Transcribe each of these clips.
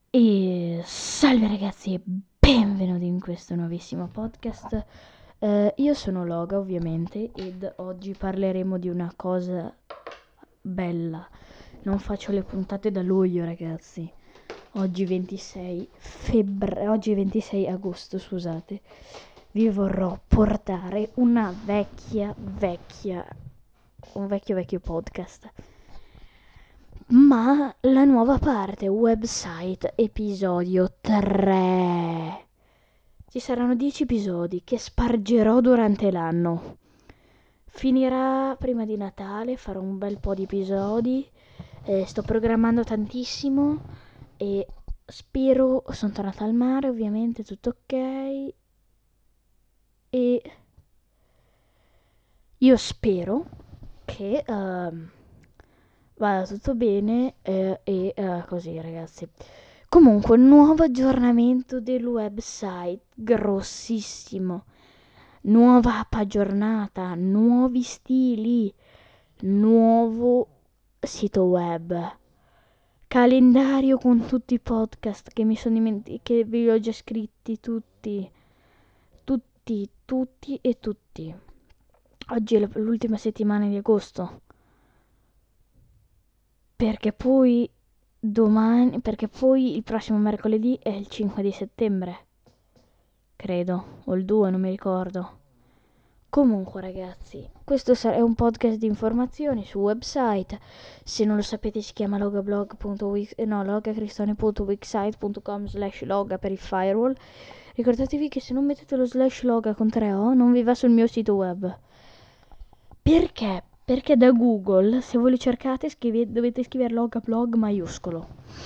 E salve ragazzi e benvenuti in questo nuovissimo podcast. Io sono Loga ovviamente ed oggi parleremo di una cosa bella. Non faccio le puntate da luglio ragazzi. Oggi 26 agosto, scusate. Vi vorrò portare un vecchio podcast. Ma la nuova parte, website, episodio 3. Ci saranno 10 episodi che spargerò durante l'anno. Finirà prima di Natale, farò un bel po' di episodi. Sto programmando tantissimo e spero, sono tornata al mare ovviamente, tutto ok. E io spero che vada tutto bene così ragazzi. Comunque, nuovo aggiornamento del website, grossissimo. Nuova app aggiornata, nuovi stili, nuovo sito web. Calendario con tutti i podcast che mi sono che vi ho già scritti tutti. Tutti. Oggi è l'ultima settimana di agosto. Perché poi il prossimo mercoledì è il 5 di settembre, credo, o il 2, non mi ricordo. Comunque ragazzi, questo è un podcast di informazioni su website. Se non lo sapete si chiama logacristiani.wixsite.com/loga per il firewall. Ricordatevi che se non mettete lo /loga con 3O non vi va sul mio sito web. Perché? Perché da Google, se voi lo cercate, dovete scrivere Logablog maiuscolo.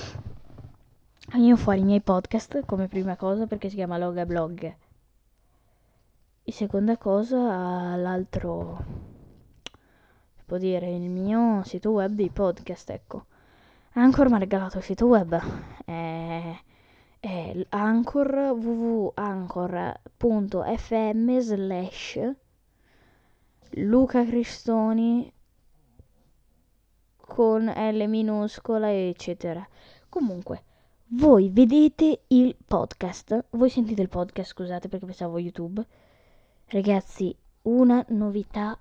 Io fuori i miei podcast come prima cosa perché si chiama Logablog. E seconda cosa, l'altro, si può dire, il mio sito web dei podcast, ecco. Anchor mi ha regalato il sito web. È Anchor, www.anchor.fm/Luca Cristoni con L minuscola eccetera. Comunque, voi vedete il podcast, voi sentite il podcast, scusate perché pensavo YouTube. Ragazzi, una novità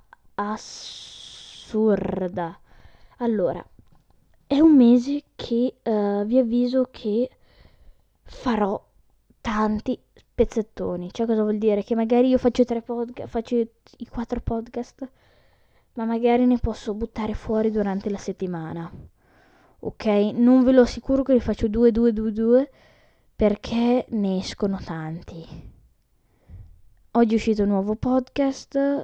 assurda. Allora, è un mese che vi avviso che farò tanti pezzettoni. Cioè, cosa vuol dire? Che magari io faccio faccio i 4 podcast, ma magari ne posso buttare fuori durante la settimana. Ok? Non ve lo assicuro che ne faccio 2 perché ne escono tanti. Oggi è uscito un nuovo podcast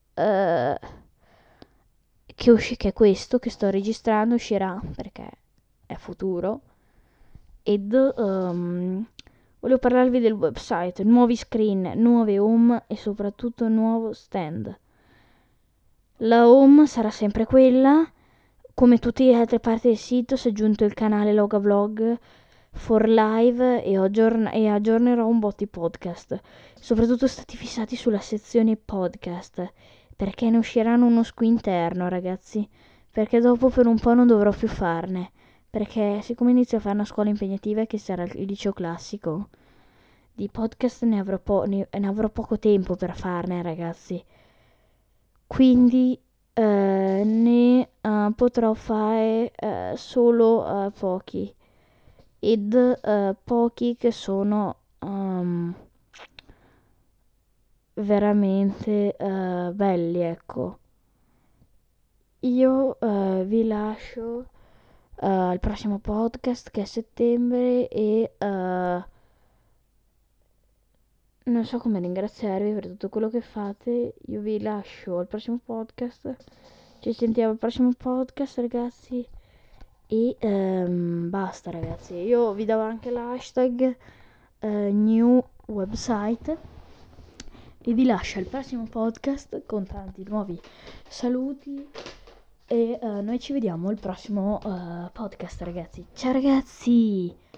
che è questo che sto registrando, uscirà perché è futuro. Ed volevo parlarvi del website, nuovi screen, nuove home e soprattutto nuovo stand. La home sarà sempre quella, come tutte le altre parti del sito si è aggiunto il canale Loga Vlog for live e aggiornerò un botto i podcast, soprattutto stati fissati sulla sezione podcast, perché ne usciranno uno interno ragazzi, perché dopo per un po' non dovrò più farne, perché siccome inizio a fare una scuola impegnativa che sarà il liceo classico, di podcast ne avrò poco tempo per farne ragazzi, quindi ne potrò fare solo pochi ed pochi che sono veramente belli, ecco. Io vi lascio al prossimo podcast che è a settembre e non so come ringraziarvi per tutto quello che fate. Io vi lascio al prossimo podcast. Ci sentiamo al prossimo podcast ragazzi. E basta ragazzi. Io vi do anche l'hashtag new website. E vi lascio al prossimo podcast con tanti nuovi saluti. E noi ci vediamo al prossimo podcast ragazzi. Ciao ragazzi!